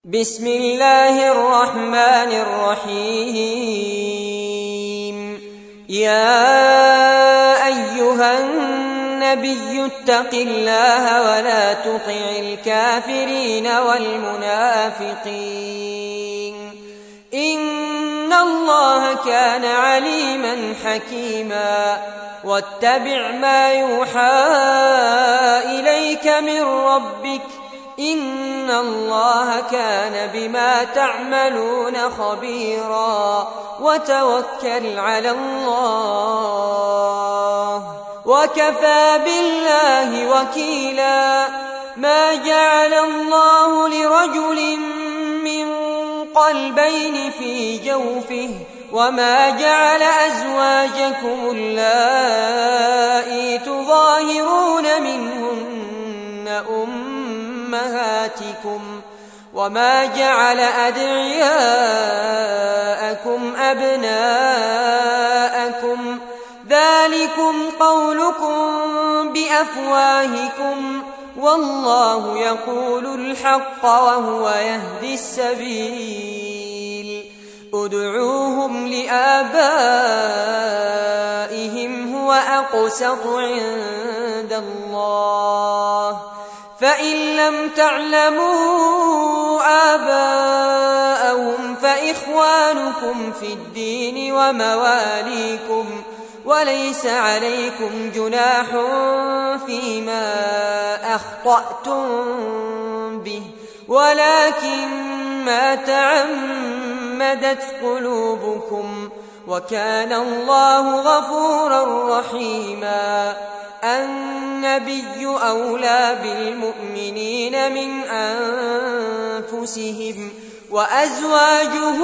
بسم الله الرحمن الرحيم. يا أيها النبي اتق الله ولا تطع الكافرين والمنافقين إن الله كان عليما حكيما. واتبع ما يوحى إليك من ربك إن الله كان بما تعملون خبيرا. وتوكل على الله وكفى بالله وكيلا. ما جعل الله لرجل من قلبين في جوفه وما جعل أزواجكم اللائي تظاهرون منهن أمهاتكم وما جعل أدعياءكم أبناءكم ذلكم قولكم بأفواهكم والله يقول الحق وهو يهدي السبيل. ادعوهم لآبائهم هو أقسط عند الله فإن لم تعلموا آباءهم فإخوانكم في الدين ومواليكم وليس عليكم جناح فيما أخطأتم به ولكن ما تعمدت قلوبكم وكان الله غفورا رحيما. النبي أولى بالمؤمنين من أنفسهم وأزواجه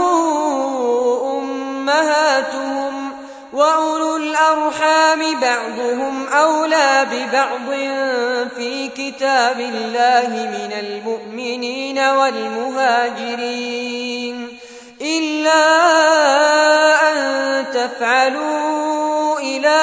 أمهاتهم وأولو الأرحام بعضهم أولى ببعض في كتاب الله من المؤمنين والمهاجرين إلا أن تفعلوا إلى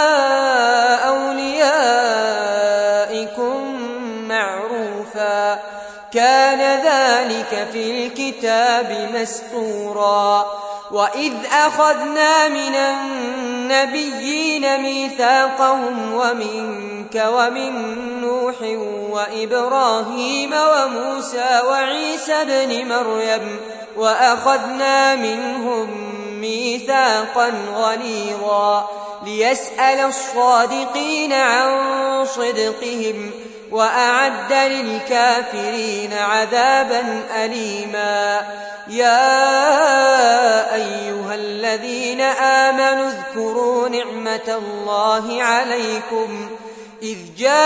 أوليائكم معروفا كان ذلك في الكتاب مسطورا. وإذ أخذنا من النبيين ميثاقهم ومنك ومن نوح وإبراهيم وموسى وعيسى ابن مريم وأخذنا منهم ميثاقا غليظا ليسأل الصادقين عن صدقهم وأعد للكافرين عذابا أليما. يا أيها الذين آمنوا اذكروا نعمة الله عليكم إذ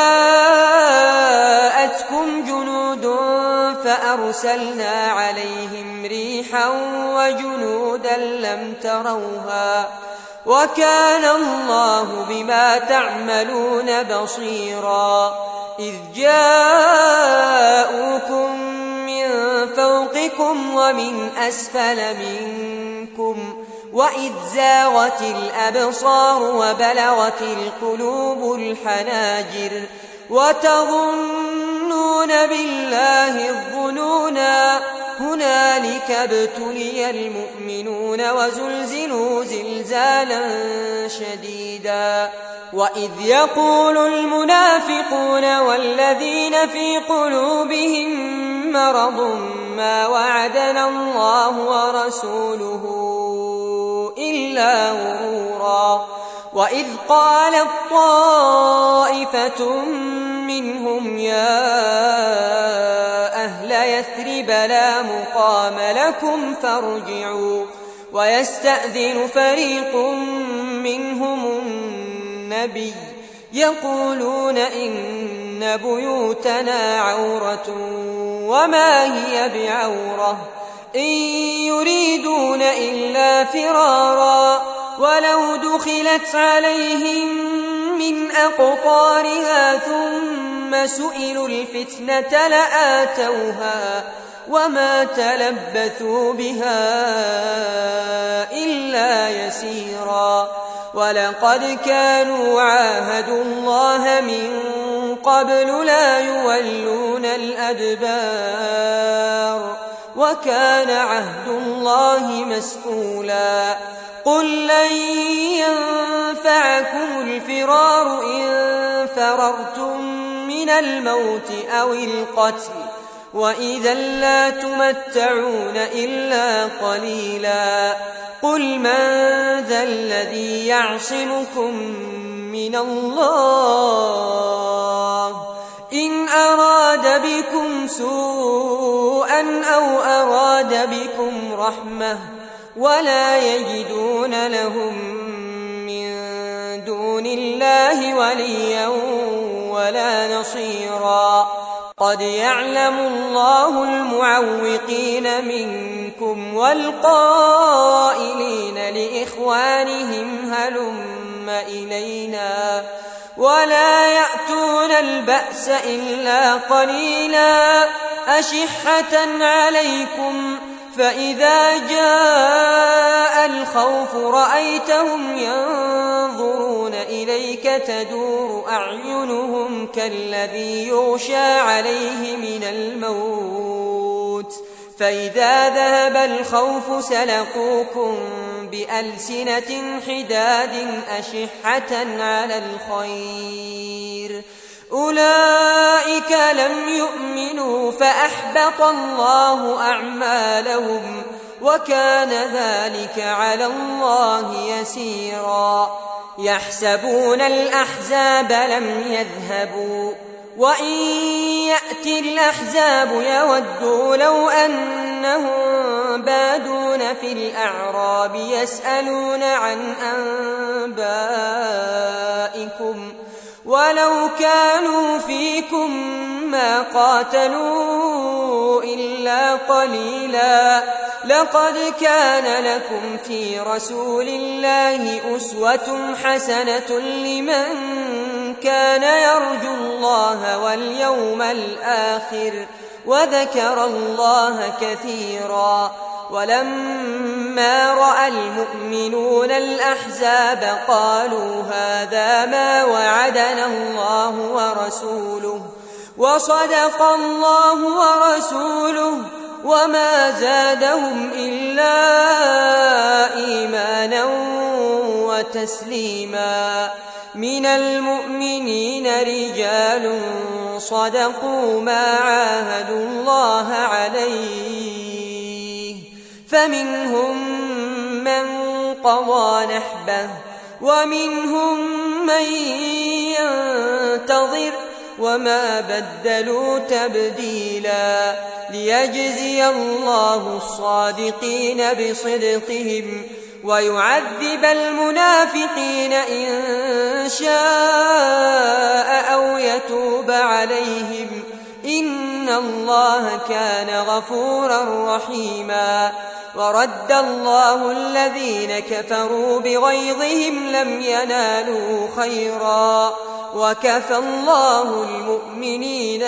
جاءتكم جنود فأرسلنا عليهم ريحا وجنودا لم تروها وكان الله بما تعملون بصيرا. إذ جاءوكم من فوقكم ومن أسفل منكم وإذ زاغت الأبصار وبلغت القلوب الحناجر وتظنون بالله الظنونا هنالك ابتلي المؤمنون وزلزلوا زلزالا شديدا. وإذ يقول المنافقون والذين في قلوبهم مرض ما وعدنا الله ورسوله إلا غرورا. وإذ قالت طائفة منهم يا أهل يثرب لا مقام لكم فارجعوا ويستأذن فريق منهم النبي يقولون إن بيوتنا عورة وما هي بعورة إن يريدون إلا فرارا ولو دخلت عليهم من أقطارها ثم سئلوا الفتنة لآتوها وما تلبثوا بها إلا يسيرا. ولقد كانوا عاهدوا الله من قبل لا يولون الأدبار وكان عهد الله مسئولا قل لن ينفعكم الفرار إن فررتم من الموت أو القتل وإذا لا تمتعون إلا قليلا قل من ذا الذي يعصمكم من الله إن أراد بكم سوءا أو أراد بكم رحمة ولا يجدون لهم من دون الله وليا ولا نصيرا قد يعلم الله المعوقين منكم والقائلين لإخوانهم هلم إلينا ولا يأتون البأس إلا قليلا أشحة عليكم فإذا جاء الخوف رأيتهم ينظرون إليك تدور أعينهم كالذي يغشى عليه من الموت فإذا ذهب الخوف سلقوكم بألسنة حداد أشحة على الخير أولئك لم يؤمنوا فأحبط الله أعمالهم وكان ذلك على الله يسيرا يحسبون الأحزاب لم يذهبوا وإن يأتي الأحزاب يودوا لو أنهم بادون في الأعراب يسألون عن أنبائكم ولو كانوا فيكم ما قاتلوا إلا قليلا لقد كان لكم في رسول الله أسوة حسنة لمن كان يرجو الله واليوم الآخر وذكر الله كثيرا ولما رأى المؤمنون الأحزاب قالوا هذا ما وعدنا الله ورسوله وصدق الله ورسوله وما زادهم إلا إيمانا وتسليما من المؤمنين رجال صدقوا ما عاهدوا الله عليه فمنهم من قضى نحبه ومنهم من ينتظر وما بدلوا تبديلا ليجزي الله الصادقين بصدقهم ويعذب المنافقين إن شاء أو يتوب عليهم إن الله كان غفورا رحيما ورد الله الذين كفروا بغيظهم لم ينالوا خيرا وكفى الله المؤمنين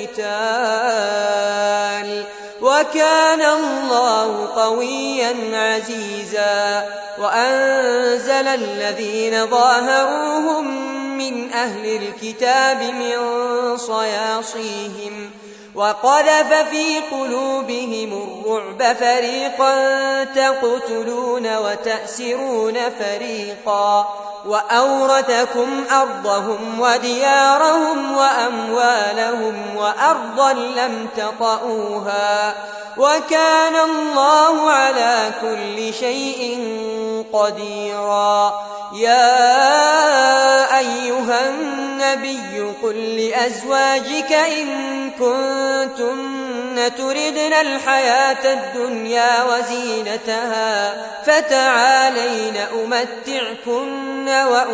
القتال وكان الله قويا عزيزا وأنزل الذين ظاهروهم من أهل الكتاب من صياصيهم وقذف في قلوبهم الرعب فريقا تقتلون وتأسرون فريقا وأورثكم أرضهم وديارهم وأموالهم وأرضا لم تطئوها وكان الله على كل شيء قديرا يا أيها النبي قل لأزواجك إن كنتن تردن الحياة الدنيا وزينتها فتعالين أمتعكن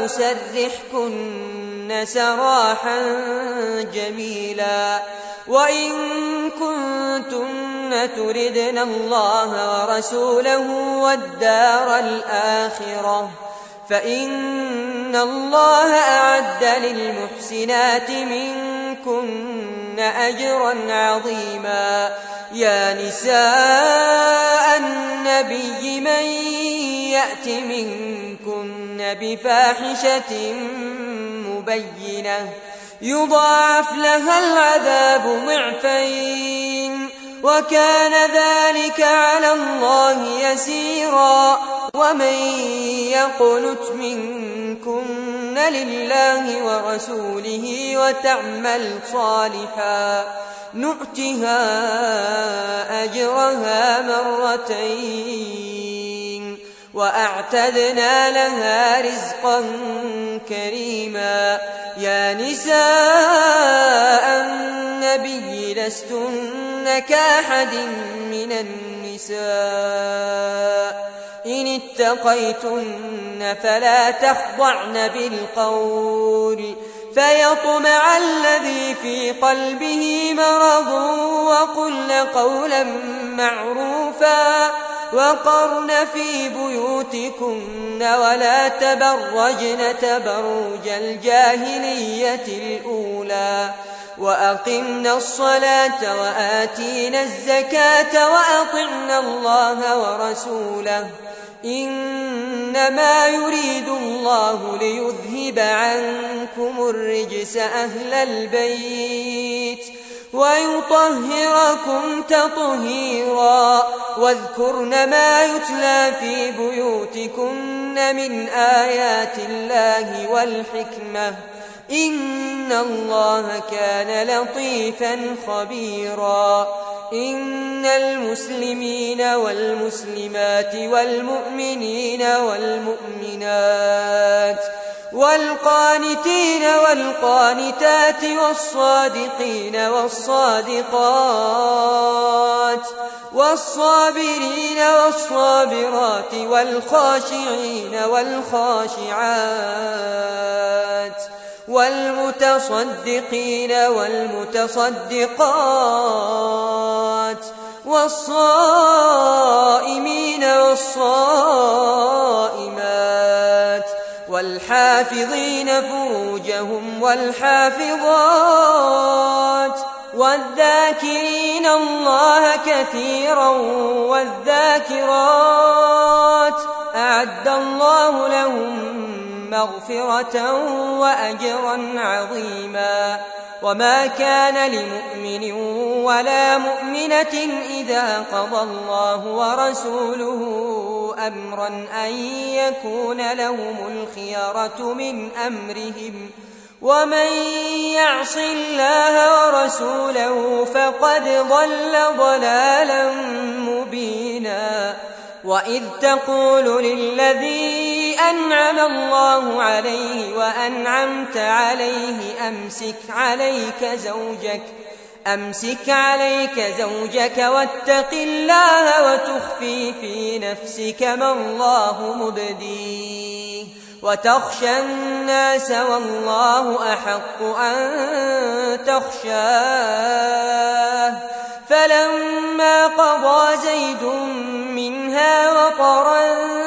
وأسرحكن سراحا جميلا وإن كنتن تردن الله ورسوله والدار الآخرة فإن الله أعد للمحسنات منكن أجرا عظيما يا نساء النبي من يأت منكن بفاحشة مبينة يضاعف لها العذاب ضعفين وكان ذلك على الله يسيرا ومن يقنت منكن لله ورسوله وتعمل صالحا نؤتها أجرها مرتين وأعتدنا لها رزقا كريما يا نساء النبي لستن كأحد من النساء إن اتقيتن فلا تخضعن بالقول فيطمع الذي في قلبه مرض وقلن قولا معروفا وقرن في بيوتكن ولا تبرجن تبرج الجاهلية الأولى وأقمنا الصلاة وآتينا الزكاة وأطعنا الله ورسوله إنما يريد الله ليذهب عنكم الرجس أهل البيت ويطهركم تطهيرا واذكرن ما يتلى في بيوتكن من آيات الله والحكمة إن الله كان لطيفا خبيرا إن المسلمين والمسلمات والمؤمنين والمؤمنات والقانتين والقانتات والصادقين والصادقات والصابرين والصابرات والخاشعين والخاشعات والمتصدقين والمتصدقات والصائمين والصائمات والحافظين فروجهم والحافظات والذاكرين الله كثيرا والذاكرات أعد الله لهم مغفرة وأجرا عظيما وما كان لمؤمن ولا مؤمنة إذا قضى الله ورسوله أمرا أن يكون لهم الخيرة من أمرهم ومن يعص الله ورسوله فقد ضل ضلالا مبينا وإذ تقول للذي أنعم الله عليه وأنعمت عليه أمسك عليك زوجك واتق الله وتخفي في نفسك ما الله مبديه وتخشى الناس والله أحق أن تخشاه فلما قضى زيد منها وطرا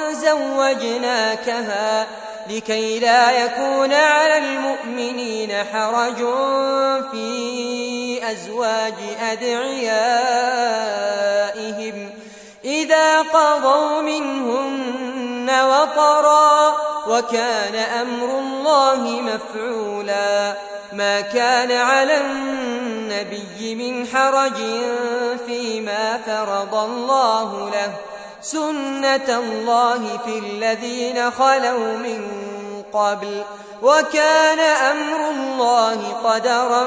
زوجناكها لكي لا يكون على المؤمنين حرج في أزواج أدعيائهم إذا قضوا منهن وطرا وكان أمر الله مفعولا ما كان على النبي من حرج فيما فرض الله له سنة الله في الذين خلوا من قبل وكان أمر الله قدرا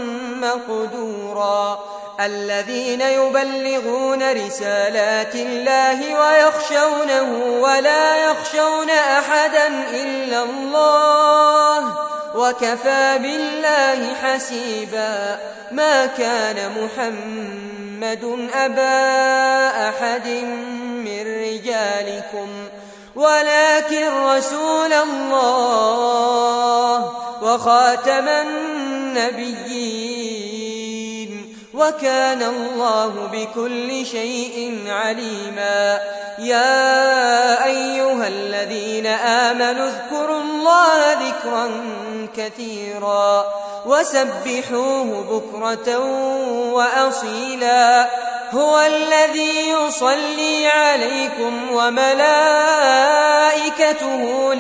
مقدورا الذين يبلغون رسالات الله ويخشونه ولا يخشون أحدا إلا الله وكفى بالله حسيبا ما كان محمد أبا أحد من رجالكم ولكن رسول الله وخاتم النبيين وكان الله بكل شيء عليما يا أيها الذين آمنوا اذكروا الله ذكرا كثيرا وسبحوه بكرة وأصيلا هو الذي يصلي عليكم وملائكته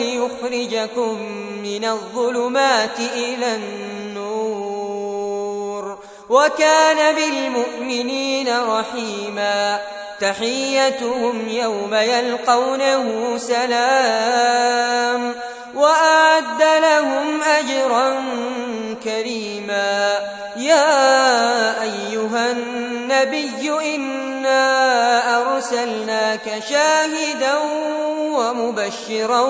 ليخرجكم من الظلمات إلى النور وكان بالمؤمنين رحيما تحيتهم يوم يلقونه سلام وأعد لهم أجرا كريما يا أيها النبي إنا أرسلناك شاهدا ومبشرا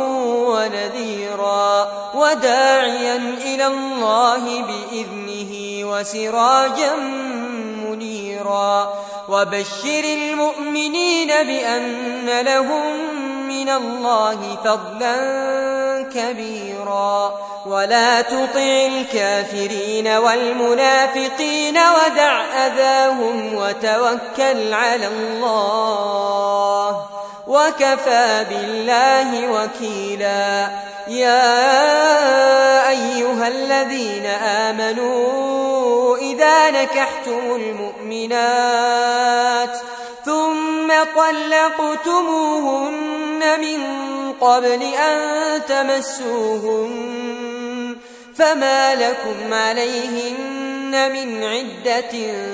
ونذيرا وداعيا إلى الله بإذنه وسراجا منيرا وبشر المؤمنين بأن لهم من الله فضلا كبيرا ولا تطع الكافرين والمنافقين ودع أذاهم وتوكل على الله وكفى بالله وكيلا يا أيها الذين آمنوا إذا نكحتم المؤمنات ثم طلقتموهن من قبل أن تمسوهن فما لكم عليهن من عدة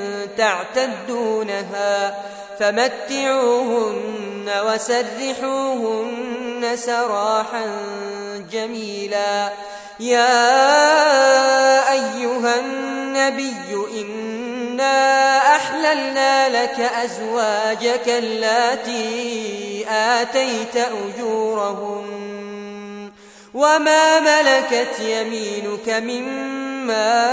تعتدونها فمتعوهن وسرحوهن سراحا جميلا يا أيها النبي إنا أحللنا لك أزواجك اللاتي آتيت أجورهن وما ملكت يمينك مما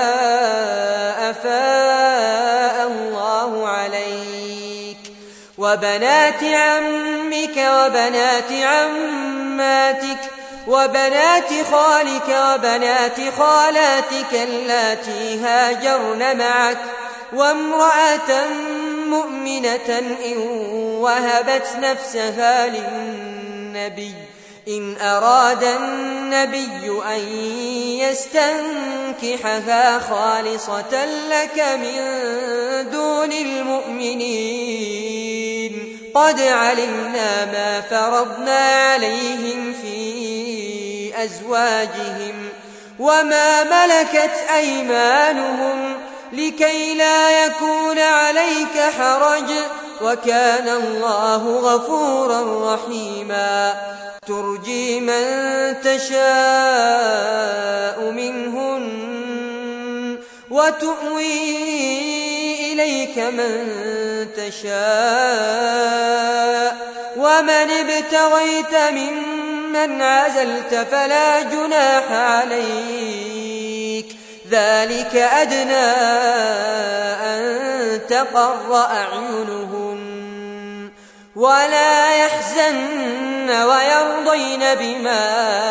أفاء الله عليك وبنات عمك وبنات عماتك وبنات خالك وبنات خالاتك اللاتي هاجرن معك وامرأة مؤمنة إن وهبت نفسها للنبي إن أراد النبي أن يستنكحها خالصة لك من دون المؤمنين قد علمنا ما فرضنا عليهم في أزواجهم وما ملكت أيمانهم لكي لا يكون عليك حرج وكان الله غفورا رحيما ترجي من تشاء منهن وتؤوي إليك من تشاء ومن ابتغيت ممن عزلت فلا جناح عليك ذلك أدنى أن تقر أعينهن ولا يحزن ويرضين بما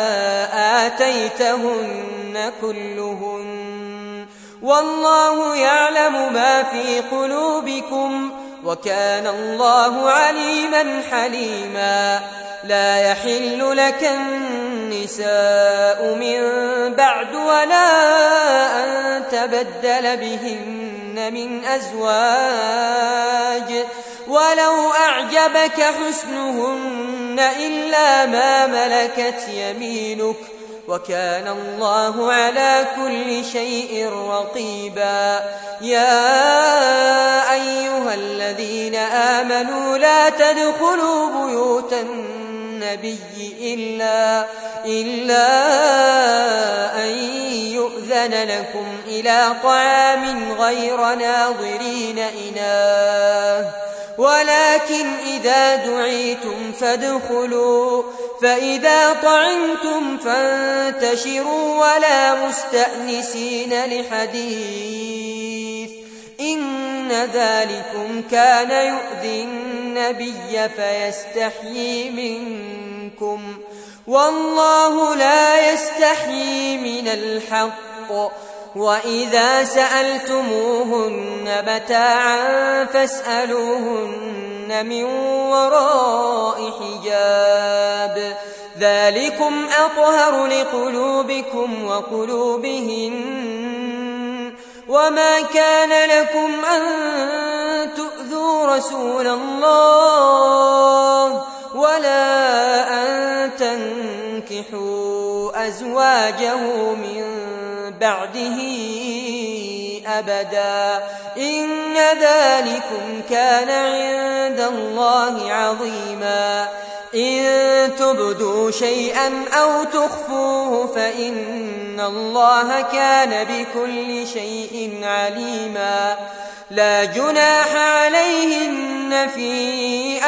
آتيتهن كلهن والله يعلم ما في قلوبكم وكان الله عليما حليما لا يحل لك النساء من بعد ولا أن تبدل بهن من أزواج ولو أعجبك حسنهن إلا ما ملكت يمينك وكان الله على كل شيء رقيبا يا أيها الذين آمنوا لا تدخلوا بيوت النبي إلا أن يؤذن لكم إلى طعام غير ناظرين إناه ولكن إذا دعيتم فادخلوا فإذا طعمتم فانتشروا ولا مستأنسين لحديث إن ذلكم كان يؤذي النبي فيستحيي منكم والله لا يستحيي من الحق وإذا سألتموهن متاعا فاسألوهن من وراء حجاب ذلكم أطهر لقلوبكم وقلوبهن وما كان لكم أن تؤذوا رسول الله ولا أن تنكحوا أزواجه من بعده أبدا إن ذلكم كان عند الله عظيما إن تبدوا شيئا أو تخفوه فإن الله كان بكل شيء عليما لا جناح عليهن في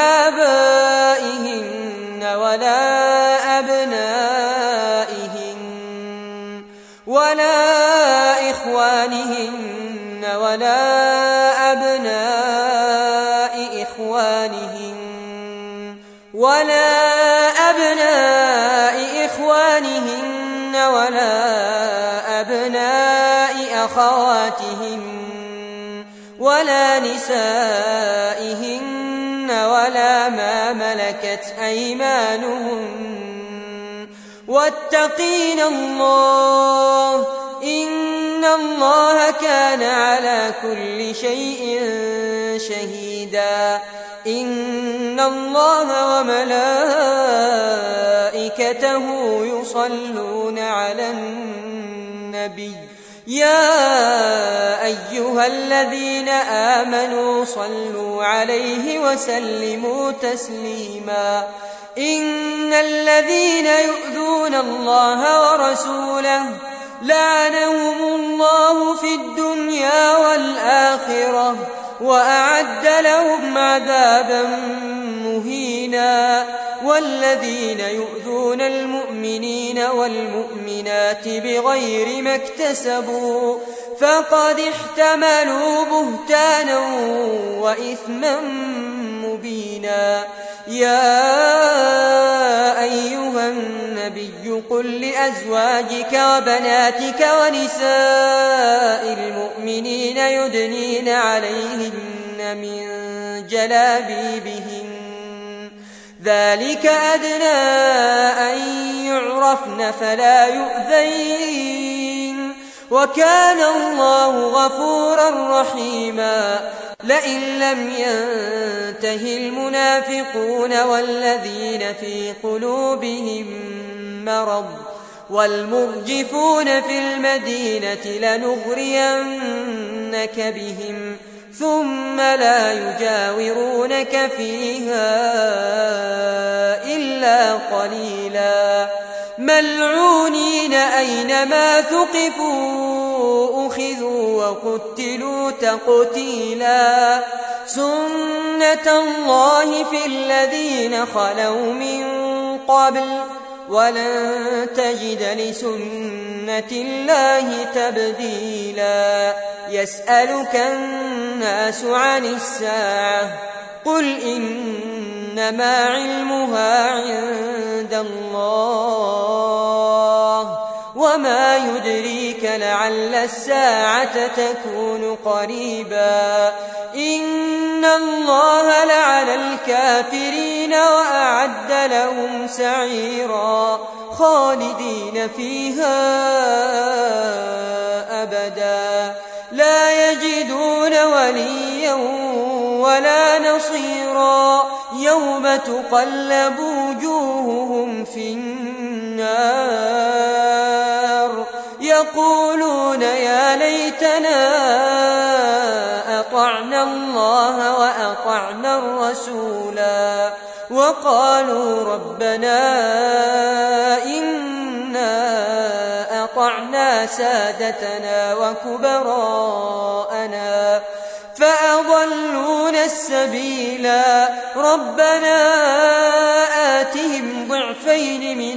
آبائهن ولا أبنائهن ولا إخوانهن ولا أبناء إخوانهن ولا أبناء أخواتهن ولا نسائهن ولا ما ملكت أيمانهن واتقين الله إن الله كان على كل شيء شهيدا إن الله وملائكته يصلون على النبي يا أيها الذين آمنوا صلوا عليه وسلموا تسليما إن الذين يؤذون الله ورسوله لعنهم الله في الدنيا والآخرة وأعد لهم عذابا مهينا والذين يؤذون المؤمنين والمؤمنات بغير ما اكتسبوا فقد احتملوا بهتانا وإثما مبينا يا أيها النبي قل لأزواجك وبناتك ونساء المؤمنين يدنين عليهن من جلابيبهن ذلك أدنى أن يعرفن فلا يؤذين وكان الله غفورا رحيما لئن لم ينته المنافقون والذين في قلوبهم مرض والمرجفون في المدينة لنغرينك بهم ثم لا يجاورونك فيها إلا قليلا ملعونين أينما ثقفوا أخذوا وقتلوا تقتيلا سنة الله في الذين خلوا من قبل ولن تجد لسنة الله تبديلا يسألك الناس عن الساعة قل إنما علمها عند الله وما يدريك لعل الساعة تكون قريبا إن الله لعن الكافرين وأعد لهم سعيرا خالدين فيها أبدا لا يجدون وليا ولا نصيرا يوم تقلب وجوههم في النار يقولون يا ليتنا أطعنا الله وأطعنا الرسولا وقالوا ربنا إنا أطعنا سادتنا وكبراءنا فأضلونا السبيلا ربنا آتهم ضعفين من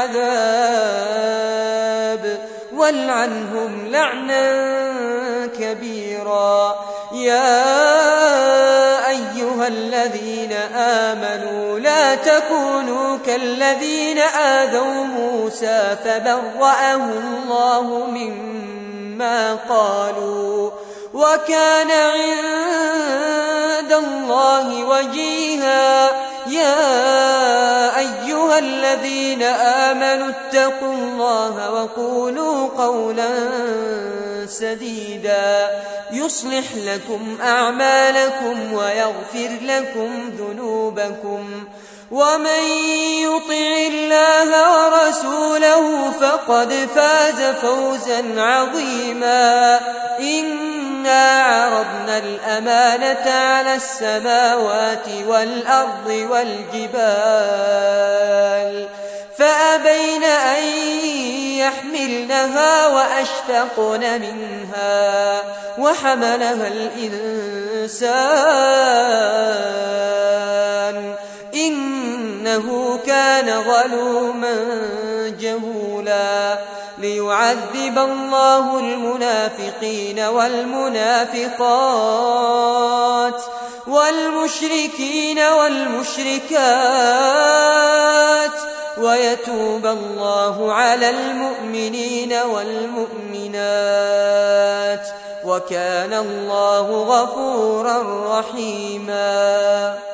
العذاب والعنهم لعنا كبيرا يا أيها الذين آمنوا لا تكونوا كالذين آذوا موسى فبرأه الله مما قالوا وكان عند الله وجيها يا أيها الذين آمنوا اتقوا الله وقولوا قولا سديدا يصلح لكم أعمالكم ويغفر لكم ذنوبكم ومن يطع الله ورسوله فقد فاز فوزا عظيما إنا عرضنا الأمانة على السماوات والأرض والجبال فأبين أن يحملنها وأشفقن منها وحملها الإنسان إنه كان ظلوما جهولا ليعذب الله المنافقين والمنافقات والمشركين والمشركات ويتوب الله على المؤمنين والمؤمنات وكان الله غفورا رحيما